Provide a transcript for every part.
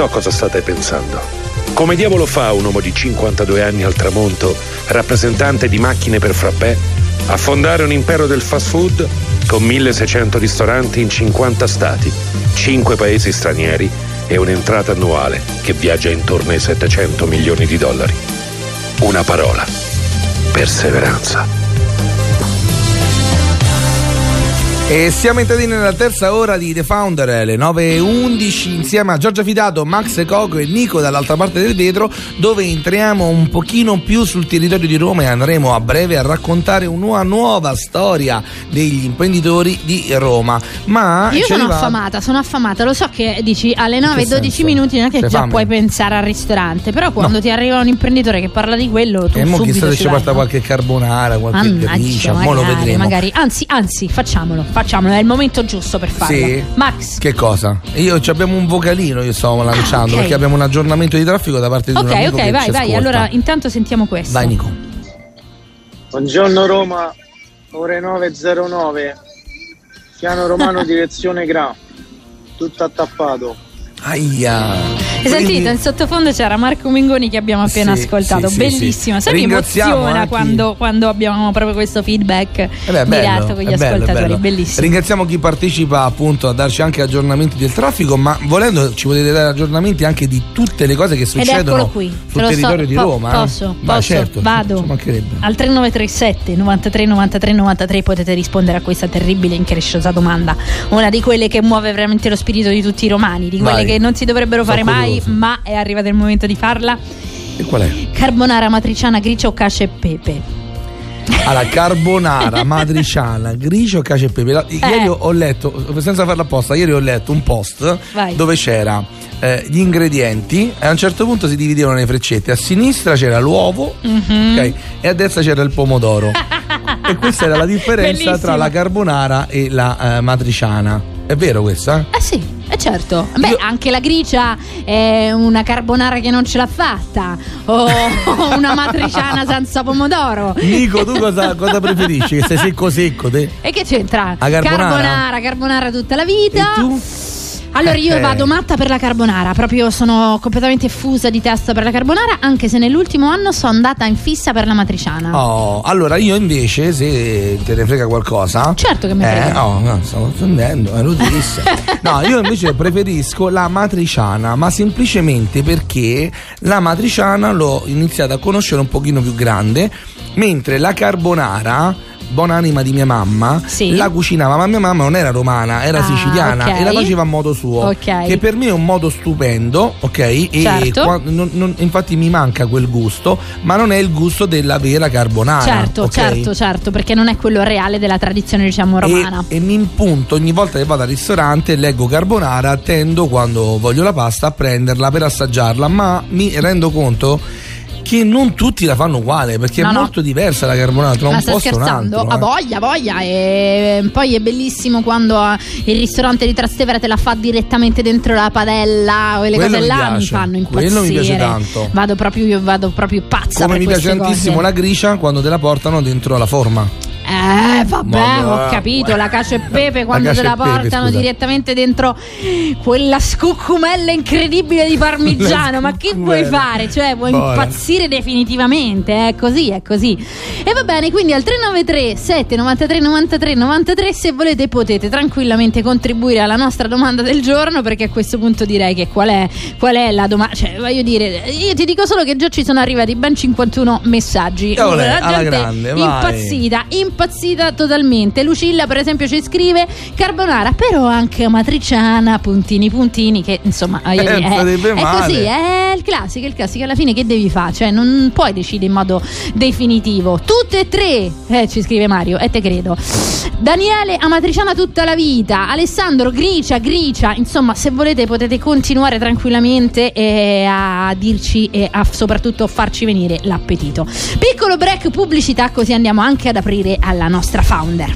So cosa state pensando. Come diavolo fa un uomo di 52 anni al tramonto, rappresentante di macchine per frappè, a fondare un impero del fast food con 1600 ristoranti in 50 stati, 5 paesi stranieri e un'entrata annuale che viaggia intorno ai 700 milioni di dollari? Una parola: perseveranza. E siamo entrati nella terza ora di The Founder, alle 9:11, insieme a Giorgia Fidato, Max Coco e Nico dall'altra parte del vetro, dove entriamo un pochino più sul territorio di Roma e andremo a breve a raccontare una nuova storia degli imprenditori di Roma. Ma io sono affamata, lo so che dici alle 9:12 minuti non è che già puoi pensare al ristorante, però quando ti arriva un imprenditore che parla di quello, tu subito chissà se ci porta qualche carbonara, qualche gricia, mo lo vedremo. Magari, anzi, facciamolo, è il momento giusto per farlo. Sì. Max, che cosa? Abbiamo un vocalino, io stavo lanciando, perché abbiamo un aggiornamento di traffico da parte di un amico che ci ascolta. Vai, allora intanto sentiamo questo. Vai Nico. Buongiorno Roma, ore 9:09, piano romano direzione Gra, tutto attappato. Aia. Hai sentito? In sottofondo c'era Marco Mingoni che abbiamo appena ascoltato, bellissimo. Sai, mi emoziona quando abbiamo proprio questo feedback diretto con gli ascoltatori, bellissimo. Ringraziamo chi partecipa appunto a darci anche aggiornamenti del traffico, ma volendo ci potete dare aggiornamenti anche di tutte le cose che succedono sul territorio di Roma. Posso? Certo, vado al 3937 93 93 93, potete rispondere a questa terribile e incresciosa domanda, una di quelle che muove veramente lo spirito di tutti i romani, di quelle che non si dovrebbero fare mai, ma è arrivato il momento di farla. E qual è? Carbonara, matriciana, gricia o cacio e pepe? Allora, carbonara, matriciana, gricia, cacio e pepe. Ieri ho letto, senza farla apposta, ieri ho letto un post dove c'era gli ingredienti e a un certo punto si dividevano le freccette. A sinistra c'era l'uovo, okay, e a destra c'era il pomodoro. E questa era la differenza tra la carbonara e la matriciana. È vero questa? Sì. Certo, anche la gricia è una carbonara che non ce l'ha fatta, o una matriciana senza pomodoro. Nico, tu cosa preferisci? Che sei secco te? E che c'entra? Carbonara tutta la vita. E tu? Allora io vado matta per la carbonara, proprio sono completamente fusa di testa per la carbonara, anche se nell'ultimo anno sono andata in fissa per la matriciana. Allora io invece, se te ne frega qualcosa. Certo che mi frega. No, stavo offendendo, è inutilissimo. No, io invece preferisco la matriciana, ma semplicemente perché la matriciana l'ho iniziata a conoscere un pochino più grande, mentre la carbonara, buon'anima di mia mamma, la cucinava, ma mia mamma non era romana, era siciliana, e la faceva a modo suo, che per me è un modo stupendo, ok? E infatti mi manca quel gusto, ma non è il gusto della vera carbonara. Certo, perché non è quello reale della tradizione, diciamo, romana. E mi impunto ogni volta che vado al ristorante e leggo carbonara, tendo, quando voglio la pasta, a prenderla per assaggiarla, ma mi rendo conto che non tutti la fanno uguale, perché è molto diversa la carbonara tra un posto e un altro. A voglia. E poi è bellissimo quando il ristorante di Trastevere te la fa direttamente dentro la padella, quelle cose là mi fanno impazzire. Quello mi piace tanto. Vado proprio pazza. Come mi piace tantissimo la gricia quando te la portano dentro la forma. Ho capito, la cacio e pepe quando te la portano direttamente dentro quella scucumella incredibile di parmigiano, ma che vuoi fare? Cioè vuoi impazzire definitivamente, è così. E va bene, quindi al 393 793 93 93 se volete potete tranquillamente contribuire alla nostra domanda del giorno, perché a questo punto direi che qual è la domanda, cioè voglio dire, io ti dico solo che già ci sono arrivati ben 51 messaggi, alla grande, impazzita totalmente. Lucilla per esempio ci scrive carbonara, però anche matriciana, puntini, che insomma è così, è il classico, alla fine che devi fare? Cioè non puoi decidere in modo definitivo. Tutte e tre, ci scrive Mario, e te credo. Daniele amatriciana tutta la vita, Alessandro gricia, insomma se volete potete continuare tranquillamente a dirci e a soprattutto farci venire l'appetito. Piccolo break pubblicità, così andiamo anche ad aprire alla nostra founder.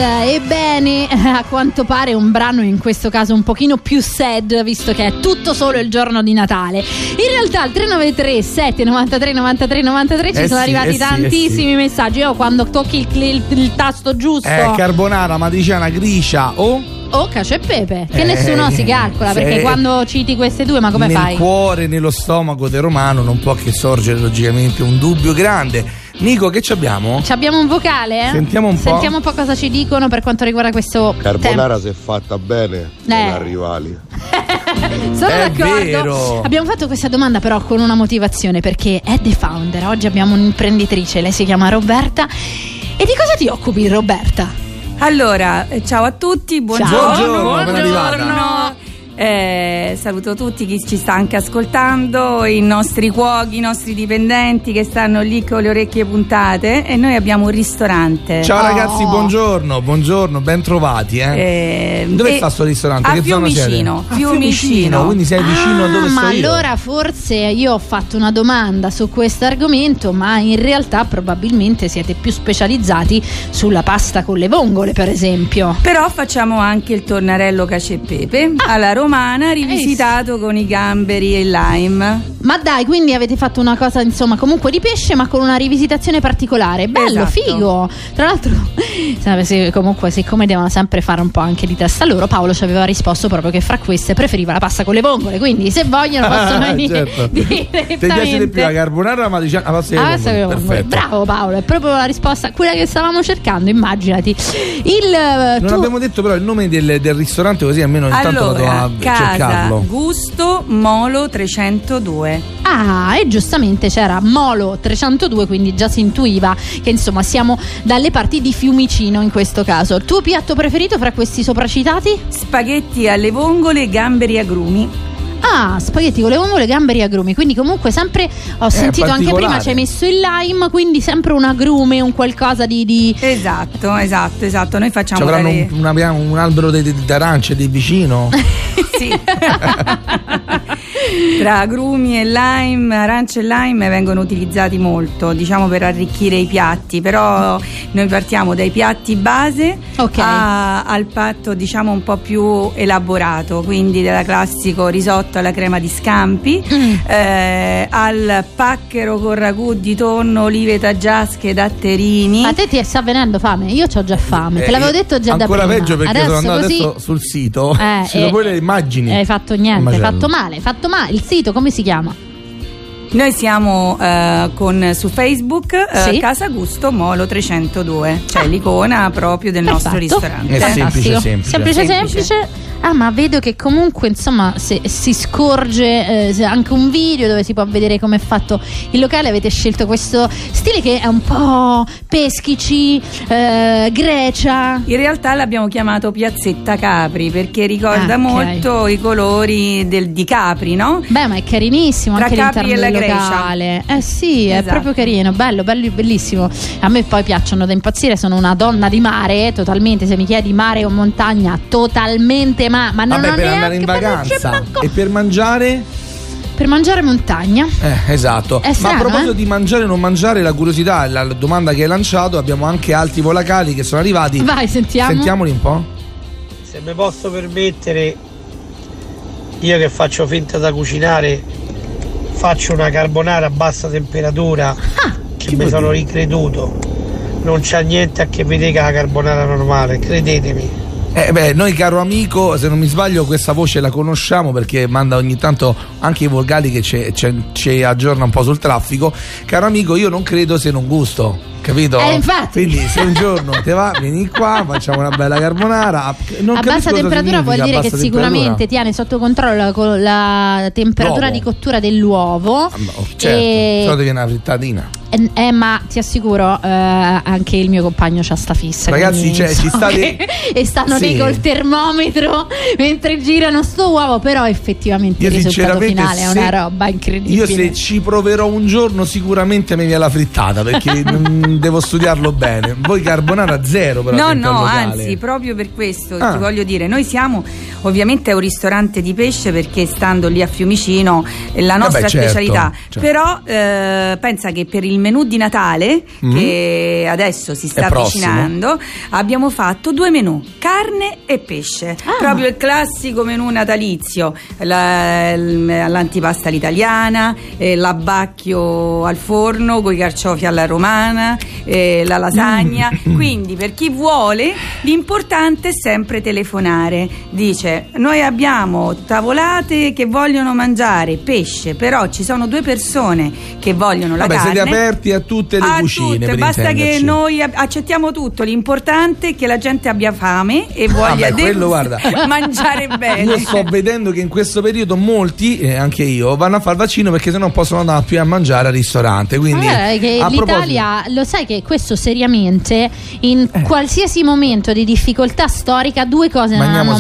Ebbene, a quanto pare un brano in questo caso un pochino più sad, visto che è tutto solo il giorno di Natale. In realtà al 393 793 93 93 ci sono arrivati tantissimi messaggi. Io quando tocchi il tasto giusto, carbonara, matriciana, gricia o cacio e pepe, che nessuno si calcola, perché quando citi queste due, ma come fai? Nel cuore, nello stomaco del romano non può che sorgere logicamente un dubbio grande. Nico, che ci abbiamo? Ci abbiamo un vocale? Sentiamo un po'. Sentiamo un po' cosa ci dicono per quanto riguarda questo carbonara, se è fatta bene non ha rivali. Sono d'accordo. Vero. Abbiamo fatto questa domanda però con una motivazione, perché è The Founder. Oggi abbiamo un'imprenditrice, lei si chiama Roberta. E di cosa ti occupi, Roberta? Allora, ciao a tutti, buongiorno. Saluto tutti chi ci sta anche ascoltando, i nostri cuochi, i nostri dipendenti che stanno lì con le orecchie puntate, e noi abbiamo un ristorante. Ciao ragazzi, buongiorno, ben trovati. Dove sta sto ristorante? A Fiumicino. Fiumicino, quindi sei vicino a dove sto io. Ma allora forse io ho fatto una domanda su questo argomento, ma in realtà probabilmente siete più specializzati sulla pasta con le vongole, per esempio. Però facciamo anche il tornarello cacio e pepe alla romana, rivisitato con i gamberi e il lime. Ma dai, quindi avete fatto una cosa insomma comunque di pesce, ma con una rivisitazione particolare. Bello, esatto. Figo. Tra l'altro comunque, siccome devono sempre fare un po' anche di testa loro, Paolo ci aveva risposto proprio che fra queste preferiva la pasta con le vongole, quindi se vogliono possono venire direttamente. Ti piace di più la carbonara, ma diciamo la pasta con le vongole? Bravo Paolo, è proprio la risposta, quella che stavamo cercando, immaginati. Non abbiamo detto però il nome del ristorante, così almeno intanto vado a cercarlo. Casa Gusto Molo 302. E giustamente c'era Molo 302, quindi già si intuiva che insomma siamo dalle parti di Fiumicino in questo caso. Tuo piatto preferito fra questi sopracitati? Spaghetti alle vongole e gamberi agrumi. Spaghetti con le vongole, gamberi e agrumi, quindi comunque sempre ho sentito anche prima ci hai messo il lime, quindi sempre un agrume, un qualcosa di... Esatto, noi facciamo un albero d'arance di vicino. Sì. Tra agrumi e lime, arance e lime vengono utilizzati molto, diciamo, per arricchire i piatti, però noi partiamo dai piatti base al piatto diciamo un po' più elaborato, quindi dal classico risotto alla crema di scampi, al pacchero con ragù di tonno, olive taggiasche, datterini. A te ti sta venendo fame? Io c'ho già fame, te l'avevo detto già da prima. Ancora peggio, perché adesso sono andato così... adesso sul sito, ci sono poi le immagini. Hai fatto niente, hai fatto male. Il sito come si chiama? Noi siamo su Facebook, Casa Gusto Molo 302, cioè l'icona proprio del nostro ristorante. È semplice. Ma vedo che comunque insomma si scorge anche un video dove si può vedere come è fatto il locale. Avete scelto questo stile che è un po' peschici, Grecia. In realtà l'abbiamo chiamato Piazzetta Capri perché ricorda molto i colori di Capri, no? Beh, ma è carinissimo tra anche Capri l'interno e del la locale. Grecia. Sì, esatto. È proprio carino, bello, bellissimo. A me poi piacciono da impazzire, sono una donna di mare, totalmente. Se mi chiedi mare o montagna, totalmente ma non per andare in vacanza e per mangiare? Per mangiare montagna. Esatto. Strano, ma a proposito di mangiare o non mangiare, la curiosità, la domanda che hai lanciato, abbiamo anche altri volacali che sono arrivati. Vai, sentiamoli un po'. Se mi posso permettere, io che faccio finta da cucinare, faccio una carbonara a bassa temperatura che mi sono ricreduto. Non c'ha niente a che vedere con la carbonara normale, credetemi. Noi, caro amico, se non mi sbaglio questa voce la conosciamo perché manda ogni tanto anche i volgali che ci aggiorna un po' sul traffico. Caro amico, io non credo se non gusto, capito? Infatti. Quindi se un giorno te va, vieni qua, facciamo una bella carbonara. A bassa temperatura vuol dire che sicuramente tiene sotto controllo la temperatura di cottura dell'uovo. Certo, però devi una frittatina. Ma ti assicuro, anche il mio compagno c'ha sta fissa. Ragazzi, ci state e stanno lì col termometro mentre girano sto uovo. Però effettivamente il risultato finale è una roba incredibile. Io se ci proverò un giorno sicuramente mi viene la frittata, perché devo studiarlo bene. Voi carbonara zero però. No, anzi, proprio per questo ti voglio dire, noi siamo ovviamente un ristorante di pesce, perché stando lì a Fiumicino è la nostra specialità. Certo. Però pensa che per il menù di Natale che adesso si sta avvicinando, abbiamo fatto 2 menù, carne e pesce, proprio il classico menù natalizio, l'antipasta all'italiana, l'abbacchio al forno con i carciofi alla romana, la lasagna. Quindi per chi vuole, l'importante è sempre telefonare. Dice: noi abbiamo tavolate che vogliono mangiare pesce, però ci sono 2 persone che vogliono la carne. Siete aperti a tutte le cucine, per basta che noi accettiamo tutto. L'importante è che la gente abbia fame e voglia mangiare bene. Io sto vedendo che in questo periodo molti, anche io, vanno a fare il vaccino perché sennò non possono andare più a mangiare al ristorante. Quindi che l'Italia, lo sai che questo seriamente in qualsiasi momento di difficoltà storica 2 cose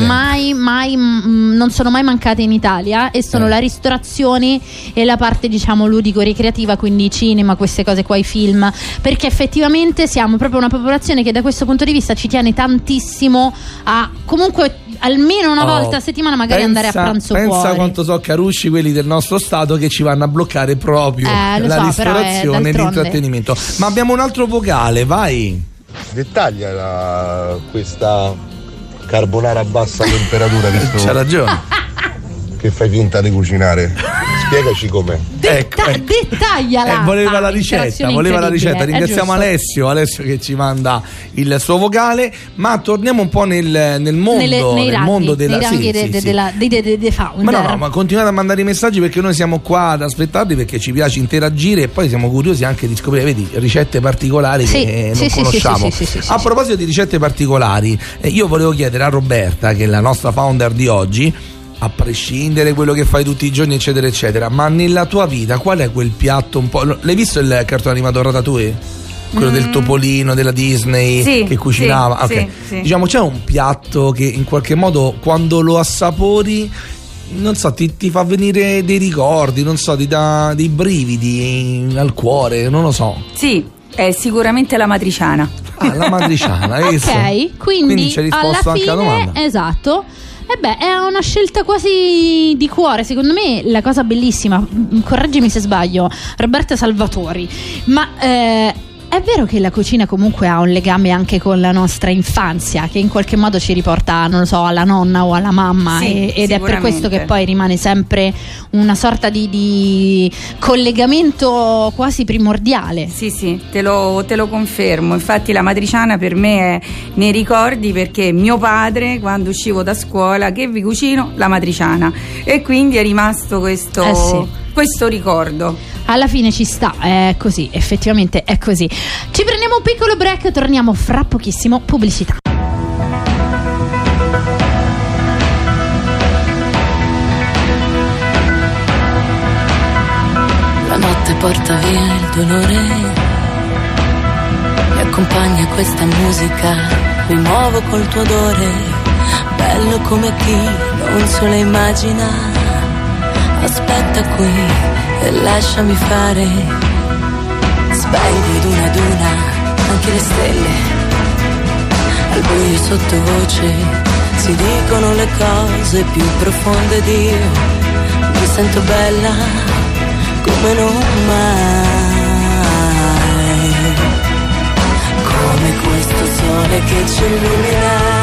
non sono mai mancate in Italia, e sono la ristorazione e la parte, diciamo, ludico-ricreativa, quindi cinema, queste cose qua, i film, perché effettivamente siamo proprio una popolazione che da questo punto di vista ci tiene tantissimo a comunque almeno una volta a settimana magari andare a pranzo fuori. Pensa quanto so carucci quelli del nostro stato che ci vanno a bloccare proprio la ristorazione e l'intrattenimento. Ma abbiamo un altro vocale, vai. Dettaglia questa carbonara a bassa temperatura, visto c'ha ragione che fai finta di cucinare. Spiegaci com'è. Dettagliala. Voleva la ricetta. Ringraziamo Alessio che ci manda il suo vocale. Ma torniamo un po' nel mondo della dei founder. Ma continuate a mandare i messaggi, perché noi siamo qua ad aspettarli, perché ci piace interagire e poi siamo curiosi anche di scoprire, vedi, ricette particolari che non conosciamo. A proposito di ricette particolari, io volevo chiedere a Roberta, che è la nostra founder di oggi, a prescindere quello che fai tutti i giorni eccetera eccetera, ma nella tua vita qual è quel piatto un po'... L'hai visto il cartone animato Ratatouille? Quello del topolino della Disney che cucinava? Sì. Diciamo, c'è un piatto che in qualche modo quando lo assapori, non so, ti fa venire dei ricordi, non so, ti dà dei brividi al cuore, non lo so. Sì, è sicuramente la matriciana. La matriciana, hai visto? Ok, quindi ci hai risposto anche alla domanda. Esatto. È una scelta quasi di cuore, secondo me. La cosa bellissima, correggimi se sbaglio, Roberta Salvatori, ma è vero che la cucina comunque ha un legame anche con la nostra infanzia, che in qualche modo ci riporta, non lo so, alla nonna o alla mamma, ed è per questo che poi rimane sempre una sorta di collegamento quasi primordiale. Sì, te lo confermo. Infatti la matriciana per me è nei ricordi, perché mio padre, quando uscivo da scuola, che vi cucino? La matriciana, e quindi è rimasto questo ricordo. Alla fine ci sta, è così, effettivamente è così. Ci prendiamo un piccolo break, torniamo fra pochissimo, pubblicità. La notte porta via il dolore, mi accompagna questa musica, mi muovo col tuo odore, bello come chi non se lo immagina. Aspetta qui e lasciami fare, spengo ad una anche le stelle, al buio sottovoce si dicono le cose più profonde di io, mi sento bella come non mai, come questo sole che ci illumina.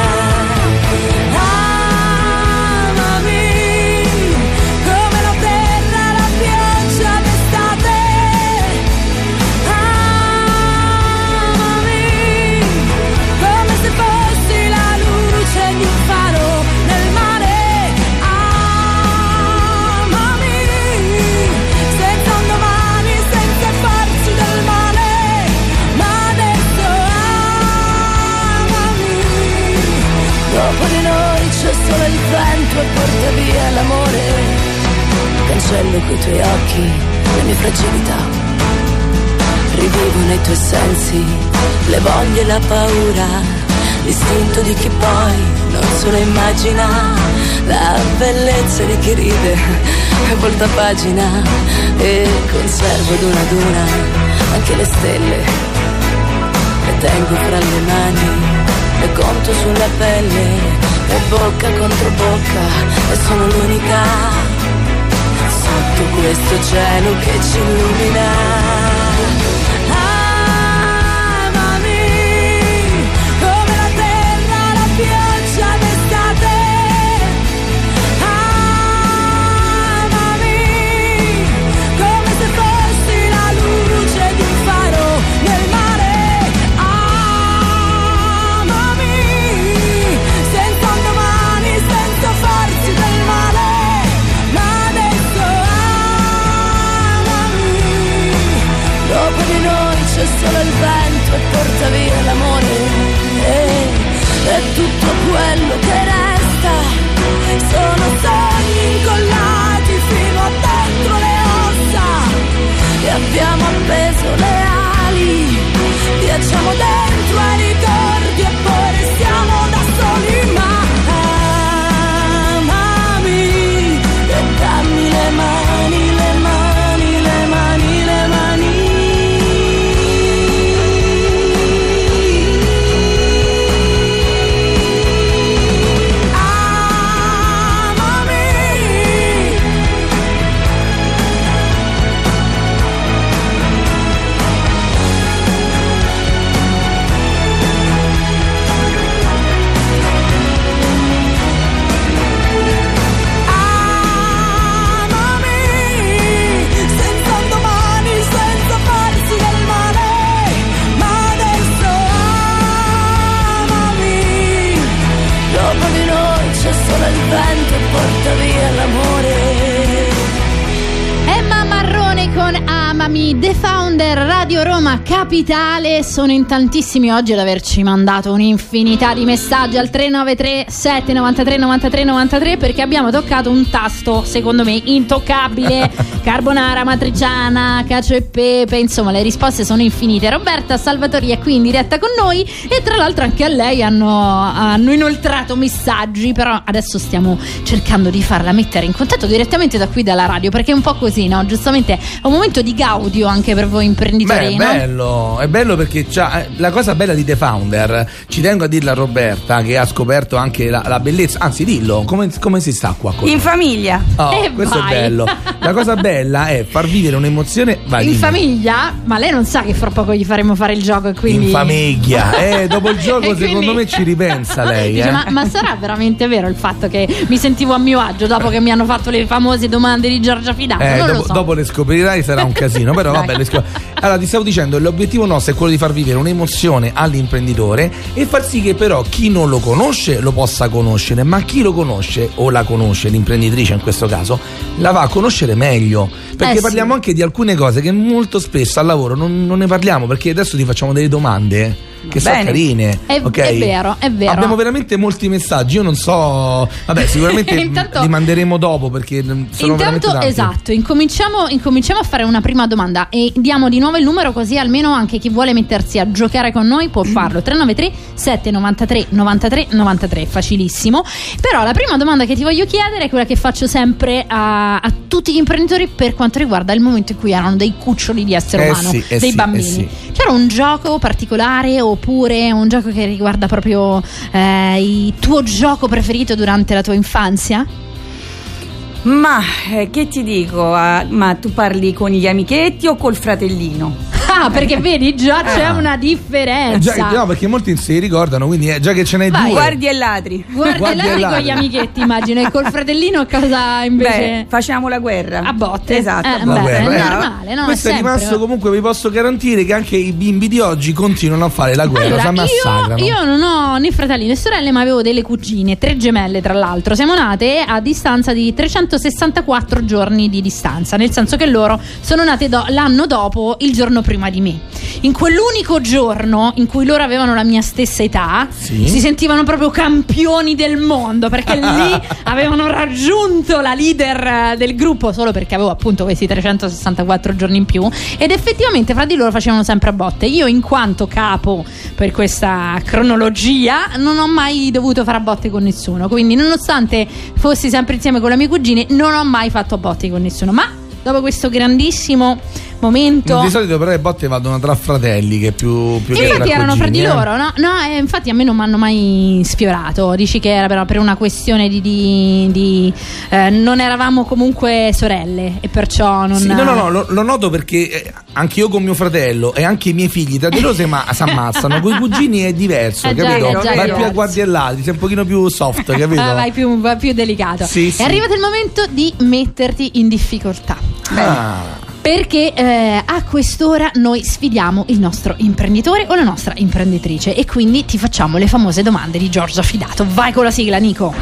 Dopo di noi c'è solo il vento e porta via l'amore, cancello coi tuoi occhi le mie fragilità, rivivo nei tuoi sensi le voglie e la paura, l'istinto di chi poi non se lo immagina, la bellezza di chi ride e volta pagina, e conservo ad una anche le stelle, le tengo fra le mani, le conto sulla pelle, e bocca contro bocca, e sono l'unica sotto questo cielo che ci illumina. chiami The Founder Radio Roma Capitale. Sono in tantissimi oggi ad averci mandato un'infinità di messaggi al 393 793 93 93 perché abbiamo toccato un tasto secondo me intoccabile. Carbonara, matriciana, cacio e pepe, insomma le risposte sono infinite. Roberta Salvatori è qui in diretta con noi e tra l'altro anche a lei hanno inoltrato messaggi, però adesso stiamo cercando di farla mettere in contatto direttamente da qui dalla radio, perché è un po' così, no? Giustamente è un momento di gaudio anche per voi imprenditori. Beh, è bello perché la cosa bella di The Founder, ci tengo a dirla a Roberta che ha scoperto anche la bellezza, anzi dillo, come si sta qua con in famiglia. Questo è bello. La cosa bella è far vivere un'emozione in famiglia, ma lei non sa che fra poco gli faremo fare il gioco e quindi in famiglia. Dopo il gioco secondo me ci ripensa lei. Dice, ma sarà veramente vero il fatto che mi sentivo a mio agio dopo che mi hanno fatto le famose domande di Giorgia Fidato? Non lo so. Dopo le scoprirai, sarà un casino, però vabbè. Allora ti stavo dicendo, l'obiettivo nostro è quello di far vivere un'emozione all'imprenditore e far sì che però chi non lo conosce lo possa conoscere, ma chi lo conosce o la conosce, l'imprenditrice in questo caso, la va a conoscere meglio, perché parliamo anche di alcune cose che molto spesso al lavoro non ne parliamo, perché adesso ti facciamo delle domande che sono carine. È vero. Abbiamo veramente molti messaggi. Io non so, vabbè, sicuramente li manderemo dopo perché sono veramente tanti. Esatto, incominciamo a fare una prima domanda e diamo di nuovo il numero, così almeno anche chi vuole mettersi a giocare con noi può farlo. 393 793 93 93, facilissimo. Però la prima domanda che ti voglio chiedere è quella che faccio sempre a tutti gli imprenditori per quanto riguarda il momento in cui erano dei cuccioli di essere umano, dei bambini. C'era un gioco particolare oppure un gioco che riguarda proprio il tuo gioco preferito durante la tua infanzia? Ma che ti dico, ma tu parli con gli amichetti o col fratellino? Perché vedi già c'è una differenza. No, perché molti si ricordano, quindi già che ce n'hai due. Guardi e ladri. Guardi e ladri con gli amichetti, immagino. E col fratellino cosa invece? Facciamo la guerra. A botte. Esatto. È normale, no? Questo è rimasto, comunque vi posso garantire che anche i bimbi di oggi continuano a fare la guerra. Allora, io non ho né fratelli né sorelle, ma avevo delle cugine, 3 gemelle tra l'altro. Siamo nate a distanza di 364 giorni di distanza, nel senso che loro sono nate l'anno dopo, il giorno prima di me. In quell'unico giorno in cui loro avevano la mia stessa età, si sentivano proprio campioni del mondo, perché lì avevano raggiunto la leader del gruppo solo perché avevo appunto questi 364 giorni in più, ed effettivamente fra di loro facevano sempre a botte. Io, in quanto capo per questa cronologia, non ho mai dovuto fare a botte con nessuno, quindi nonostante fossi sempre insieme con le mie cugine non ho mai fatto a botte con nessuno. Ma dopo questo grandissimo momento, di solito però le botte vanno tra fratelli, che più che infatti erano fra di loro, no? Infatti a me non mi hanno mai sfiorato. Dici che era per una questione di non eravamo comunque sorelle e perciò non... No, lo noto perché anche io con mio fratello e anche i miei figli tra di loro si ammazzano. Con i cugini è diverso, capito? Vai più a guardie all'altri, sei un pochino più soft, capito? Vai più delicato. È arrivato il momento di metterti in difficoltà. Perché a quest'ora noi sfidiamo il nostro imprenditore o la nostra imprenditrice e quindi ti facciamo le famose domande di Giorgia Fidato. Vai con la sigla, Nico.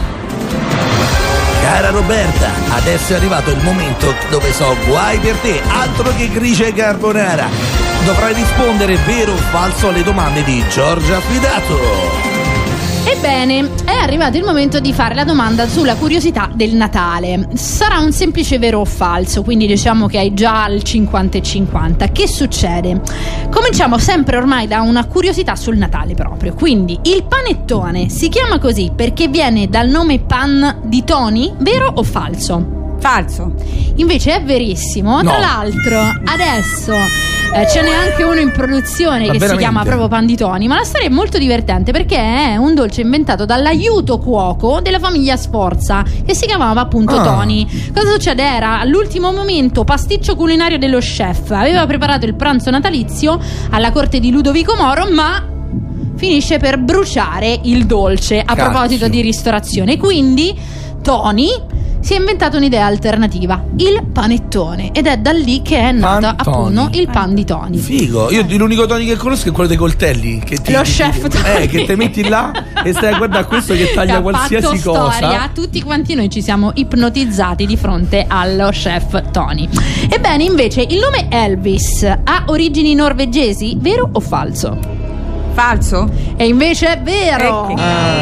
Cara Roberta, adesso è arrivato il momento dove so guai per te, altro che gricia e carbonara. Dovrai rispondere vero o falso alle domande di Giorgia Fidato. Ebbene, è arrivato il momento di fare la domanda sulla curiosità del Natale. Sarà un semplice vero o falso, quindi diciamo che hai già il 50-50. Che succede? Cominciamo sempre ormai da una curiosità sul Natale proprio. Quindi, il panettone si chiama così perché viene dal nome pan di Tony? Vero o falso? Falso. Invece è verissimo. No. Tra l'altro adesso ce n'è anche uno in produzione che si chiama proprio Panditoni, ma la storia è molto divertente perché è un dolce inventato dall'aiuto cuoco della famiglia Sforza che si chiamava appunto Tony. Cosa succede? Era all'ultimo momento pasticcio culinario dello chef, aveva preparato il pranzo natalizio alla corte di Ludovico Moro, ma finisce per bruciare il dolce a proposito di ristorazione. Quindi Tony si è inventato un'idea alternativa, il panettone, ed è da lì che è nato appunto il pan di Tony. Figo, io l'unico Tony che conosco è quello dei coltelli, che lo chef Tony. Che te metti là e stai a guardare questo che taglia qualsiasi cosa. Storia, tutti quanti noi ci siamo ipnotizzati di fronte allo chef Tony. Ebbene, invece, il nome Elvis ha origini norvegesi, vero o falso? Falso? E invece è vero.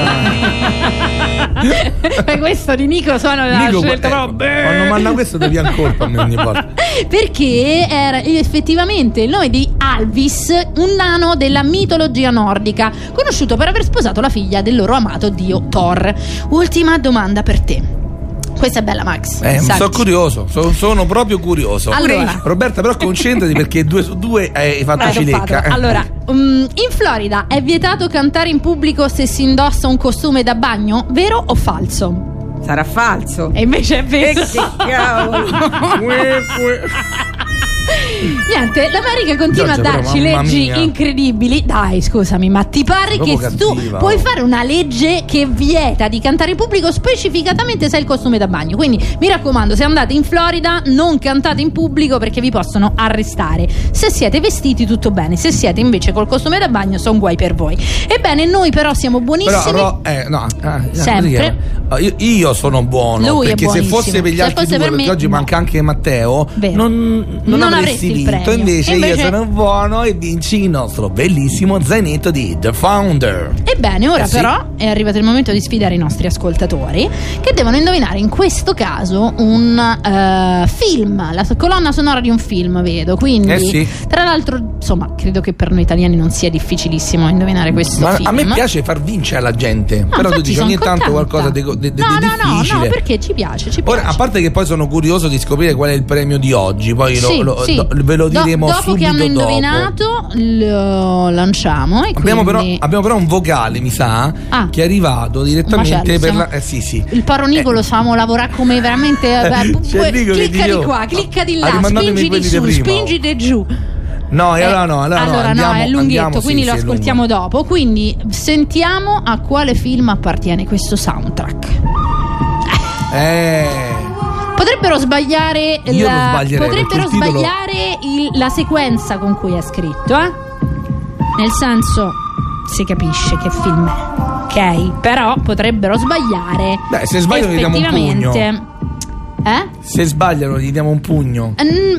Questo di Nico suona la scelta quando manda questo devi ancora a me ogni volta. Perché era effettivamente il nome di Alvis, un nano della mitologia nordica, conosciuto per aver sposato la figlia del loro amato dio Thor. Ultima domanda per te. Questa è bella, Max. Sono curioso, sono proprio curioso. Allora, Roberta, però concentrati perché 2 su 2 hai fatto cilecca. Allora, in Florida è vietato cantare in pubblico se si indossa un costume da bagno, vero o falso? Sarà falso. E invece è vero. Che cavolo. Niente, l'America continua a darci leggi incredibili. Dai, scusami, ma ti pare che tu puoi fare una legge che vieta di cantare in pubblico specificatamente se hai il costume da bagno? Quindi mi raccomando, se andate in Florida non cantate in pubblico perché vi possono arrestare. Se siete vestiti tutto bene, se siete invece col costume da bagno sono guai per voi. Ebbene, noi però siamo buonissimi. Sempre. Io sono buono. Lui perché se fosse per gli altri due, per me, perché oggi manca anche Matteo, non avresti vinto. Invece io sono buono e vinci il nostro bellissimo zainetto di The Founder. Ebbene, ora però è arrivato il momento di sfidare i nostri ascoltatori, che devono indovinare in questo caso un film, la colonna sonora di un film, vedo. Quindi tra l'altro, insomma, credo che per noi italiani non sia difficilissimo indovinare questo film. A me piace far vincere la gente, però tu dici ogni tanto qualcosa di difficile. No, perché ci piace. Ora, a parte che poi sono curioso di scoprire qual è il premio di oggi, poi ve lo diremo dopo subito che hanno indovinato lo lanciamo e abbiamo però un vocale, mi sa, che è arrivato direttamente per la il Paronicolo stiamo lavorare come veramente clicca di qua, clicca di là, spingi di su, spingi di giù. Allora no, è lunghetto, quindi lo ascoltiamo dopo. Quindi sentiamo a quale film appartiene questo soundtrack. Potrebbero sbagliare la sequenza con cui è scritto, nel senso, si capisce che film è, ok? Però potrebbero sbagliare. Beh, se sbagliano gli diamo un pugno. Se sbagliano gli diamo un pugno.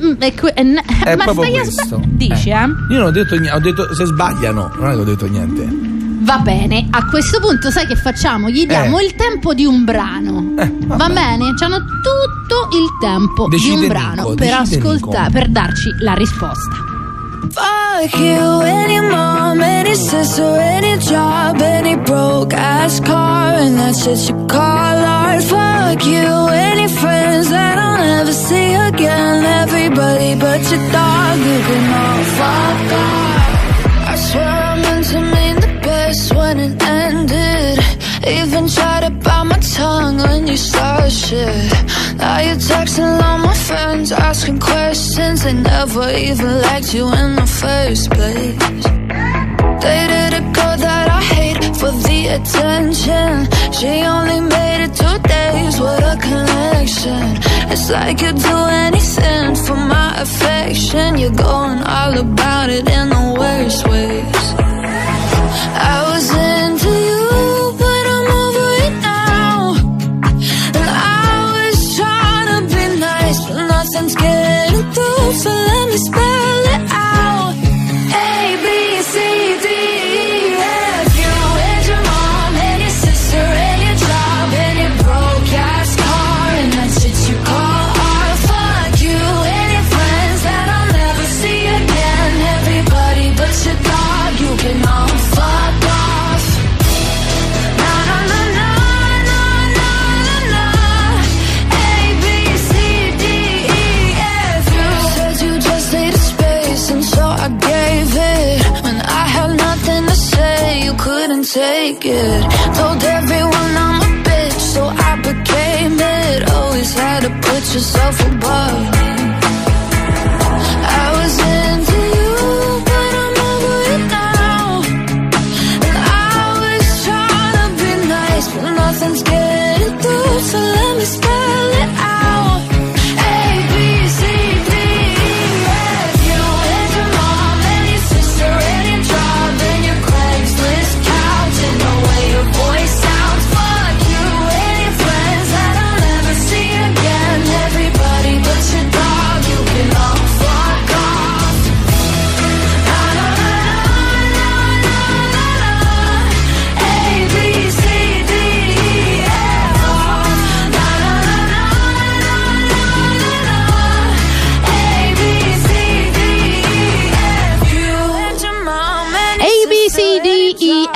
È ma proprio questo. Dici, Io non ho detto se sbagliano, non è che ho detto niente. Va bene, a questo punto sai che facciamo? Gli diamo il tempo di un brano. Va bene? C'hanno tutto il tempo di un brano per ascoltare, per darci la risposta. Fuck you, any mom, any sister, any job, any broke ass car, and that's shit you call art. Fuck you, any friends that I'll never see again, everybody but your dog, you can all fuck off. I swear I meant to mean the best when it ended. Even tried to bite my tongue when you started shit. Now you're texting all my friends, asking questions. They never even liked you in the first place. Dated a girl that I hate for the attention. She only made it 2 days, what a connection. It's like you'd do anything for my affection. You're going all about it in the worst ways. I was into you, but I'm over it now. And I was trying to be nice, but nothing's getting through, so let me spell it out. A, B, C, D, E, F. You and your mom, and your sister, and your job, and your broke ass car, and that shit you call art. Fuck you and your friends that I'll never see again. Everybody but your dog, you can all fuck off. Na na na na na na na na. A, B, C, D, E, F. You said you just needed space, and so I gave it. When I had nothing to say, you couldn't take it. Told everyone I'm a bitch, so I became it. Always had to put yourself above me. I was into you, but I'm over it now. And I was trying to be nice, but nothing's getting through, so let me spell it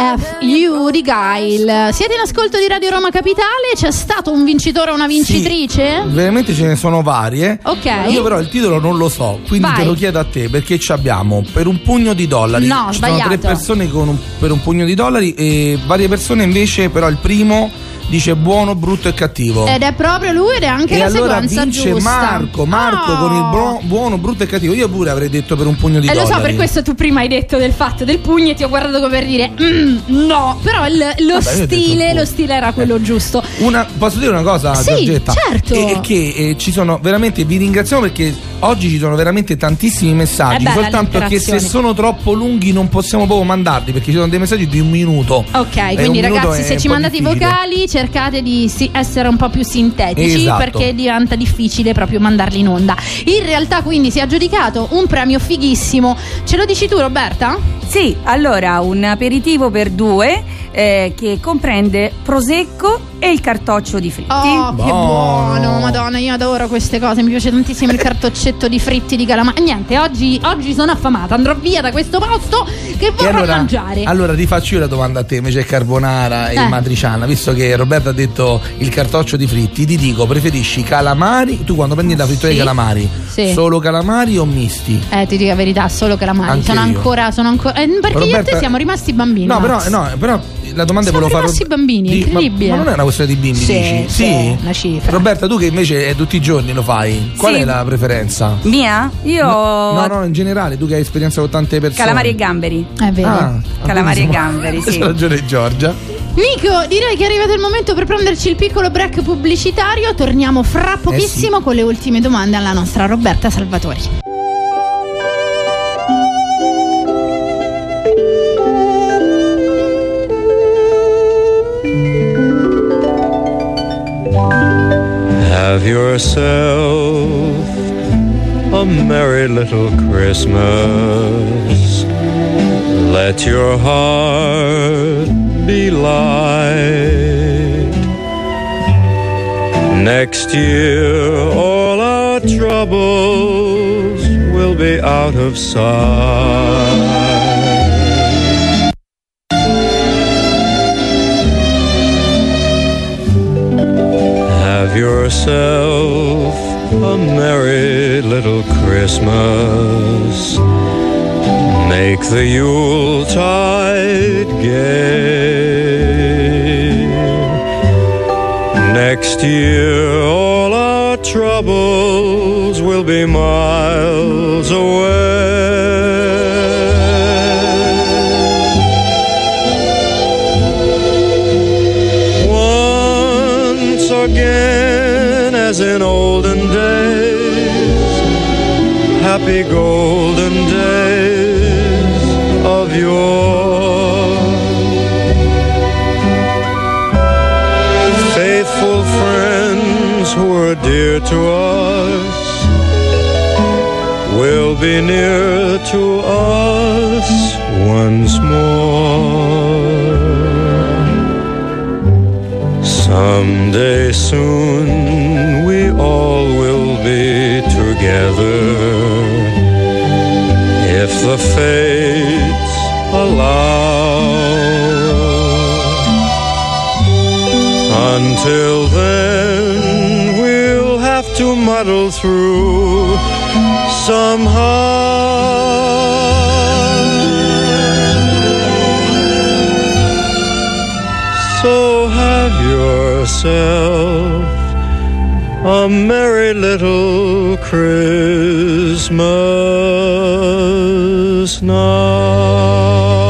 FU di Guile. Siete in ascolto di Radio Roma Capitale? C'è stato un vincitore o una vincitrice? Sì, veramente ce ne sono varie. Ok. Io però il titolo non lo so, quindi te lo chiedo a te, perché ci abbiamo per un pugno di dollari. No, ci sbagliato. sono 3 persone per un pugno di dollari e varie persone invece, però il primo dice buono, brutto e cattivo. Ed è proprio lui ed è anche e la allora sequenza vince giusta. Marco con il buono, brutto e cattivo. Io pure avrei detto per un pugno di dollari. Lo so, per questo tu prima hai detto del fatto del pugno e ti ho guardato come per dire no, però lo stile era quello giusto. Posso dire una cosa, sì, Giorgetta? Certo. È che ci sono veramente, vi ringraziamo perché oggi ci sono veramente tantissimi messaggi, soltanto che se sono troppo lunghi non possiamo proprio mandarli, perché ci sono dei messaggi di 1 minuto. Ok, quindi ragazzi, se ci mandate i vocali cercate di essere un po' più sintetici, esatto, perché diventa difficile proprio mandarli in onda. In realtà quindi si è aggiudicato un premio fighissimo. Ce lo dici tu, Roberta? Sì, allora un aperitivo per 2 che comprende prosecco e il cartoccio di fritti. Oh, che buono, madonna, io adoro queste cose, mi piace tantissimo il cartoccetto di fritti di calamari. Niente, oggi sono affamata, andrò via da questo posto che vorrò mangiare. Allora ti faccio io la domanda a te, invece carbonara e matriciana, visto che Roberto ha detto il cartoccio di fritti, ti dico, preferisci calamari? Tu quando prendi la frittura di calamari, solo calamari o misti? Ti dico la verità, solo calamari. Anche sono io. ancora perché Roberta, io e te siamo rimasti bambini. No, però la domanda siamo volevo rimasti bambini, incredibile. Ma non è una questione di bimbi, dici? Sì, una cifra. Roberta, tu che invece tutti i giorni lo fai, qual è la preferenza? Mia? Io no, in generale, tu che hai esperienza con tante persone. Calamari e gamberi. È vero. Calamari e gamberi, sì. Hai ragione, Giorgia. Nico, direi che è arrivato il momento per prenderci il piccolo break pubblicitario. Torniamo fra pochissimo con le ultime domande alla nostra Roberta Salvatori. Have yourself a merry little Christmas. Let your heart be light. Next year all our troubles will be out of sight. Have yourself a merry little Christmas. Make the Yuletide gay. Next year all our troubles will be miles away. Once again, as in olden days, happy golden days of yore. Faithful friends who were dear to us will be near to us once more. Someday soon we all will be together, if the fates allow. Until then we'll have to muddle through somehow. So have yourself a merry little Christmas now.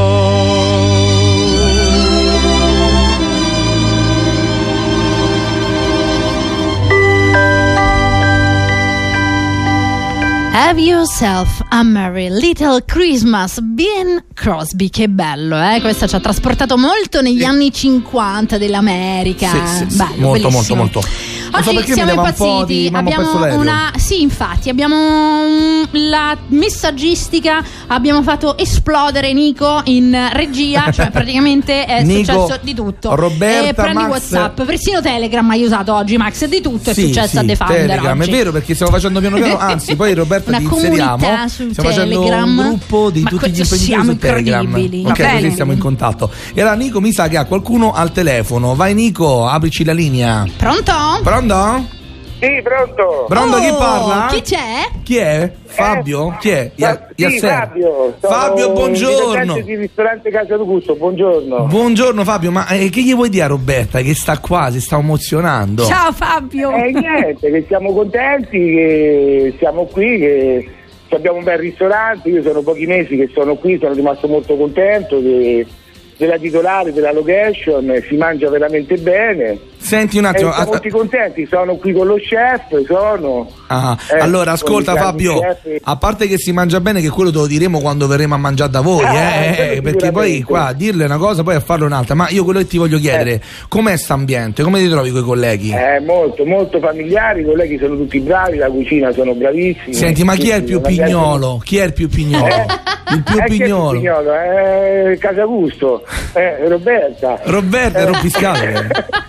Have yourself a merry little Christmas. Bing Crosby, che bello, eh? Questo ci ha trasportato molto negli anni 50 dell'America. Sì, bello, molto, bellissimo. molto. Oggi so perché siamo mi impazziti, abbiamo sì, infatti, abbiamo la messaggistica, abbiamo fatto esplodere Nico in regia, cioè praticamente è successo di tutto. Roberta, prendi Max, WhatsApp, persino Telegram hai usato oggi, Max, di tutto è successo a Defender Telegram, oggi. è vero, perché stiamo facendo piano piano, anzi poi Roberta Roberta, una ti comunità inseriamo. sul Stiamo facendo Telegram. un gruppo di tutti gli imprenditori su Telegram. Ok, così stiamo in contatto. E allora Nico mi sa che ha qualcuno al telefono. Vai Nico, aprici la linea. Pronto? Pronto? Sì, pronto. Pronto, chi parla? Chi c'è? Chi è? Fabio? Chi è? Sì, Fabio. Fabio, buongiorno. Di ristorante Casa d'Augusto, buongiorno. Buongiorno Fabio, ma che gli vuoi dire a Roberta che sta qua, si sta emozionando? Ciao Fabio. Niente, che siamo contenti, che siamo qui, che abbiamo un bel ristorante. Io sono pochi mesi che sono qui, sono rimasto molto contento della titolare, della location, si mangia veramente bene. Senti un attimo, siamo tutti contenti, sono qui con lo chef, allora ascolta Fabio, a parte che si mangia bene, che quello te lo diremo quando verremo a mangiare da voi, perché poi qua a dirle una cosa poi a farlo un'altra, ma io quello che ti voglio chiedere, com'è st'ambiente, come ti trovi con i colleghi? Molto, molto familiari, i colleghi sono tutti bravi, la cucina sono bravissimi. Senti, ma chi è il più pignolo? Chi è il più pignolo? Il più pignolo? Casa Gusto, Roberta. Roberta è rompiscatole.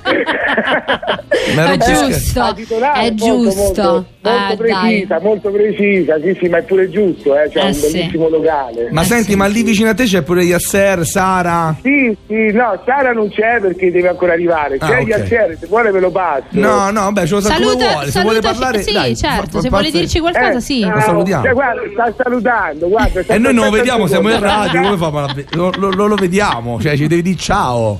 È giusto, è giusto. Molto precisa, sì, ma è pure giusto, c'è un bellissimo locale. Ma senti, ma lì vicino a te c'è pure Yasser, Sara? Sì, no, Sara non c'è perché deve ancora arrivare. C'è Yasser, se vuole me lo passo. No, vabbè, ce lo sa come vuole, se vuole parlare. Sì, dai, certo, se vuole dirci qualcosa, sì. Lo salutiamo. Guarda, sta salutando, guarda. E noi non lo vediamo, siamo in radio, come fa? Lo vediamo, cioè ci devi dire ciao.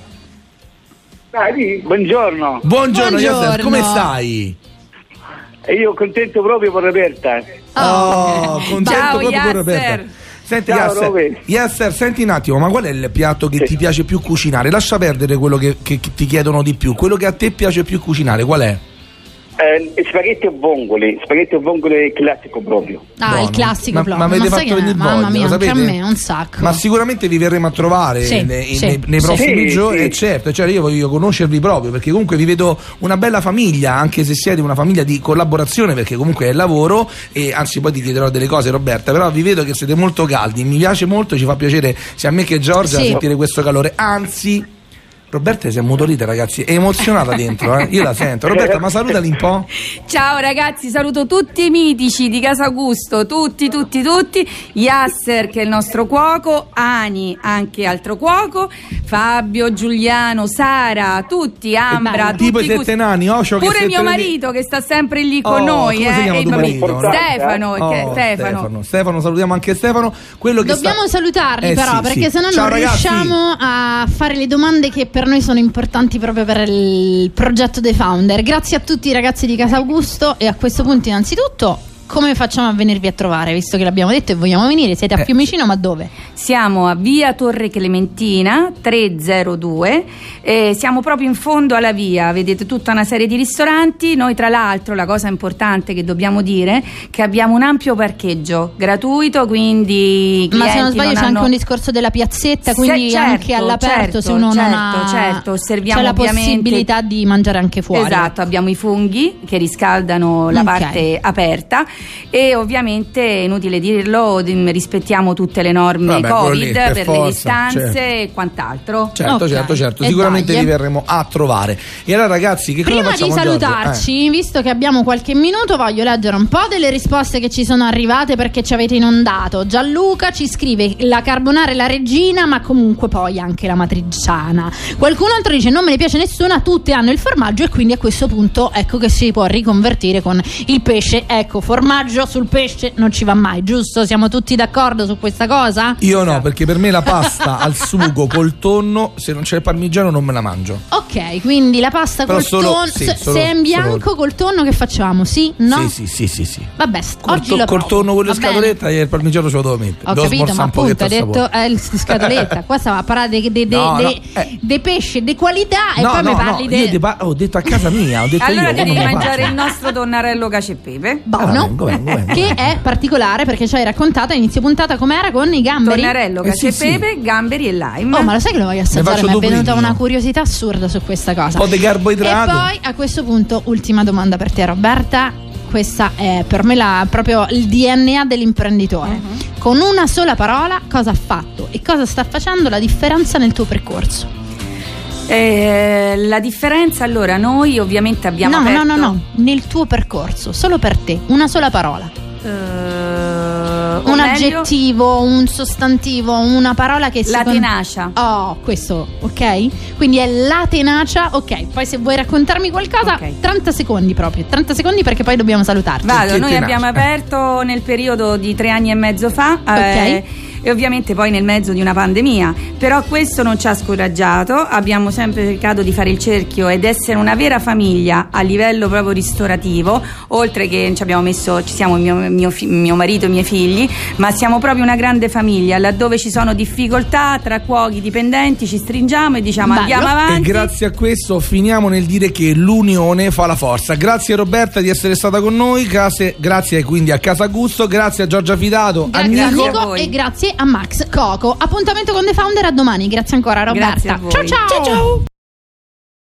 Dai, buongiorno. Buongiorno Yasser, come stai? E io contento proprio per Roberta. Contento ciao, proprio Yasser. per Roberta. Senti ciao, Yasser, senti un attimo, ma qual è il piatto che ti piace più cucinare? Lascia perdere quello che ti chiedono di più, quello che a te piace più cucinare, qual è? Spaghetti e vongole è il classico proprio. Il classico proprio. Ma avete fatto venire voglia, mamma mia, lo anche sapete? a me un sacco. Ma sicuramente vi verremo a trovare nei prossimi giorni, certo, cioè io voglio conoscervi proprio, perché comunque vi vedo una bella famiglia, anche se siete una famiglia di collaborazione, perché comunque è lavoro, e anzi poi ti chiederò delle cose Roberta, però vi vedo che siete molto caldi, mi piace molto, ci fa piacere sia a me che Giorgia sentire questo calore, anzi Roberta si è ammutolita, ragazzi, è emozionata dentro, io la sento. Roberta, ma salutali un po'. Ciao ragazzi, saluto tutti i mitici di Casa Gusto, tutti. Yasser, che è il nostro cuoco, Ani, anche altro cuoco, Fabio, Giuliano, Sara, tutti, Ambra, tutti. Tipo i sette nani, pure mio marito che sta sempre lì con noi, come si chiama tuo marito? Stefano, salutiamo anche Stefano. Dobbiamo salutarli però, perché sennò non riusciamo a fare le domande che per noi sono importanti proprio per il progetto dei founder. Grazie a tutti i ragazzi di Casa Augusto, e a questo punto innanzitutto come facciamo a venirvi a trovare, visto che l'abbiamo detto e vogliamo venire? Siete a Fiumicino, ma dove? Siamo a via Torre Clementina 302, siamo proprio in fondo alla via, vedete tutta una serie di ristoranti. Noi tra l'altro, la cosa importante che dobbiamo dire, che abbiamo un ampio parcheggio gratuito, quindi ma se non sbaglio c'è anche un discorso della piazzetta, quindi anche all'aperto, se uno non ha osserviamo c'è la ovviamente possibilità di mangiare anche fuori. Esatto, abbiamo i funghi che riscaldano la parte aperta, e ovviamente è inutile dirlo, rispettiamo tutte le norme Covid per le distanze e quant'altro. Certo, sicuramente vi verremo a trovare. E allora ragazzi, che cosa facciamo? Prima di salutarci, visto che abbiamo qualche minuto, voglio leggere un po' delle risposte che ci sono arrivate, perché ci avete inondato. Gianluca ci scrive la carbonara e la regina, ma comunque poi anche la matriciana. Qualcun altro dice non me ne piace nessuna, tutte hanno il formaggio, e quindi a questo punto ecco che si può riconvertire con il pesce. Ecco, formaggio sul pesce non ci va mai, giusto? Siamo tutti d'accordo su questa cosa? Io no, perché per me la pasta al sugo col tonno, se non c'è il parmigiano non me la mangio. Ok, quindi la pasta col tonno, se è in bianco col tonno che facciamo? Sì? No? Sì. Vabbè, oggi lo col tonno quello in scatoletta, e il parmigiano ce lo devo mettere. Ho capito, ma appunto hai detto scatoletta. Qua stiamo a parlare dei pesci di qualità, e poi mi parli io ho detto a casa mia, ho detto allora io, devi mangiare il nostro tonnarello cacio e pepe. Buono. Che è particolare, perché ci hai raccontato a inizio puntata com'era con i gamberi. Tonnarello, cacio e pepe, gamberi e lime. Ma lo sai che lo voglio assaggiare? Mi è venuta una curiosità assurda su questa cosa. Un po' di carboidrato. E poi a questo punto ultima domanda per te, Roberta. Questa è per me proprio il DNA dell'imprenditore. Con una sola parola, cosa ha fatto e cosa sta facendo la differenza nel tuo percorso? La differenza, allora, noi ovviamente abbiamo No, nel tuo percorso, solo per te, una sola parola. un aggettivo, un sostantivo, una parola che la tenacia. Oh, questo, ok? Quindi è la tenacia, ok. Poi se vuoi raccontarmi qualcosa, 30 secondi proprio, 30 secondi perché poi dobbiamo salutarci. Vado, noi abbiamo aperto nel periodo di 3 anni e mezzo fa, e ovviamente poi nel mezzo di una pandemia, però questo non ci ha scoraggiato, abbiamo sempre cercato di fare il cerchio ed essere una vera famiglia a livello proprio ristorativo, oltre che ci siamo mio marito e i miei figli, ma siamo proprio una grande famiglia, laddove ci sono difficoltà tra cuochi, dipendenti, ci stringiamo e diciamo andiamo avanti. E grazie a questo finiamo nel dire che l'unione fa la forza. Grazie Roberta di essere stata con noi, grazie quindi a Casa Gusto, grazie a Giorgia Fidato, grazie a Nico e grazie a Max Coco. Appuntamento con The Founder a domani. Grazie ancora Roberta. Grazie a voi. Ciao.